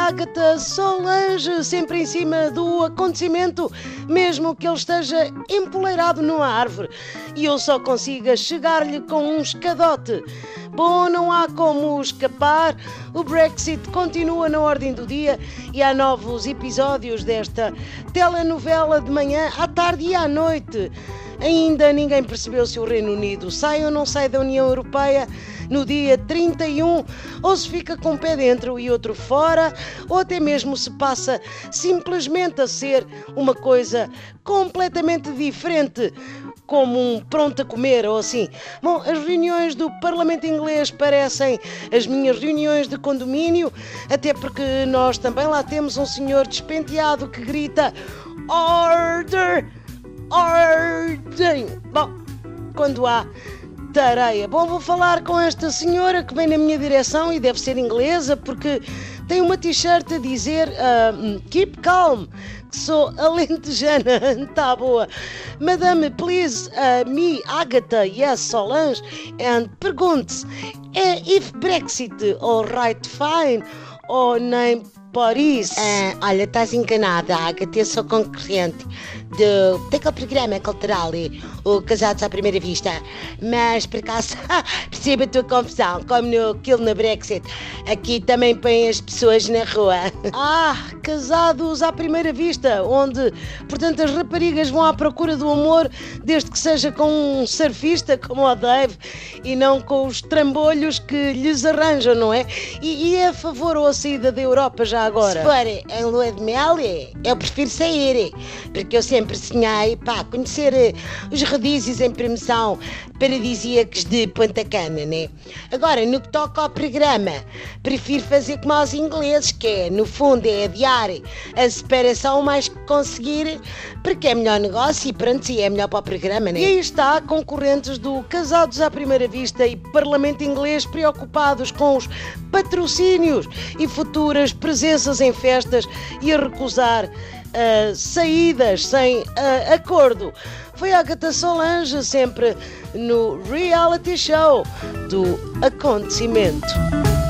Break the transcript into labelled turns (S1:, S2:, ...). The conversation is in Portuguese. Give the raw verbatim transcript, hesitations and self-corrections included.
S1: Ágata Solange, sempre em cima do acontecimento, mesmo que ele esteja empoleirado numa árvore e eu só consiga chegar-lhe com um escadote. Bom, não há como escapar, o Brexit continua na ordem do dia e há novos episódios desta telenovela de manhã, à tarde e à noite. Ainda ninguém percebeu se o Reino Unido sai ou não sai da União Europeia no dia trinta e um, ou se fica com um pé dentro e outro fora, ou até mesmo se passa simplesmente a ser uma coisa completamente diferente, como um pronto a comer ou assim. Bom, as reuniões do Parlamento Inglês parecem as minhas reuniões de condomínio, até porque nós também lá temos um senhor despenteado que grita Order! Ordem! Bom, quando há tareia. Bom, vou falar com esta senhora que vem na minha direção e deve ser inglesa porque tem uma t-shirt a dizer uh, Keep calm, que sou alentejana. Tá boa. Madame, please, uh, me, Ágata, yes, Solange, and pergunte-se, é if Brexit alright fine ou nem por isso?
S2: Ah, olha, estás enganada, Ágata, eu sou concorrente do, daquele programa cultural, o Casados à Primeira Vista, mas por acaso percebo a tua confusão, como no Kill no Brexit, aqui também põem as pessoas na rua.
S1: Ah, Casados à Primeira Vista, onde, portanto, as raparigas vão à procura do amor, desde que seja com um surfista como o Dave e não com os trambolhos que lhes arranjam, não é? E, e é a favor ou a saída da Europa já agora?
S2: Se for em lua de mel, eu prefiro sair, porque eu sempre sonhei, pá, conhecer os rodízios em promoção paradisíacos de Ponta Cana, né? Agora, no que toca ao programa, prefiro fazer como aos ingleses, que é, no fundo, é adiar a separação o mais que conseguir, porque é melhor negócio e pronto, sim, é melhor para o programa, né?
S1: E aí está, concorrentes do Casados à Primeira Vista e Parlamento Inglês preocupados com os patrocínios e futuras presenças em festas e a recusar uh, saídas sem uh, acordo. Foi a Ágata Solange, sempre no reality show do acontecimento.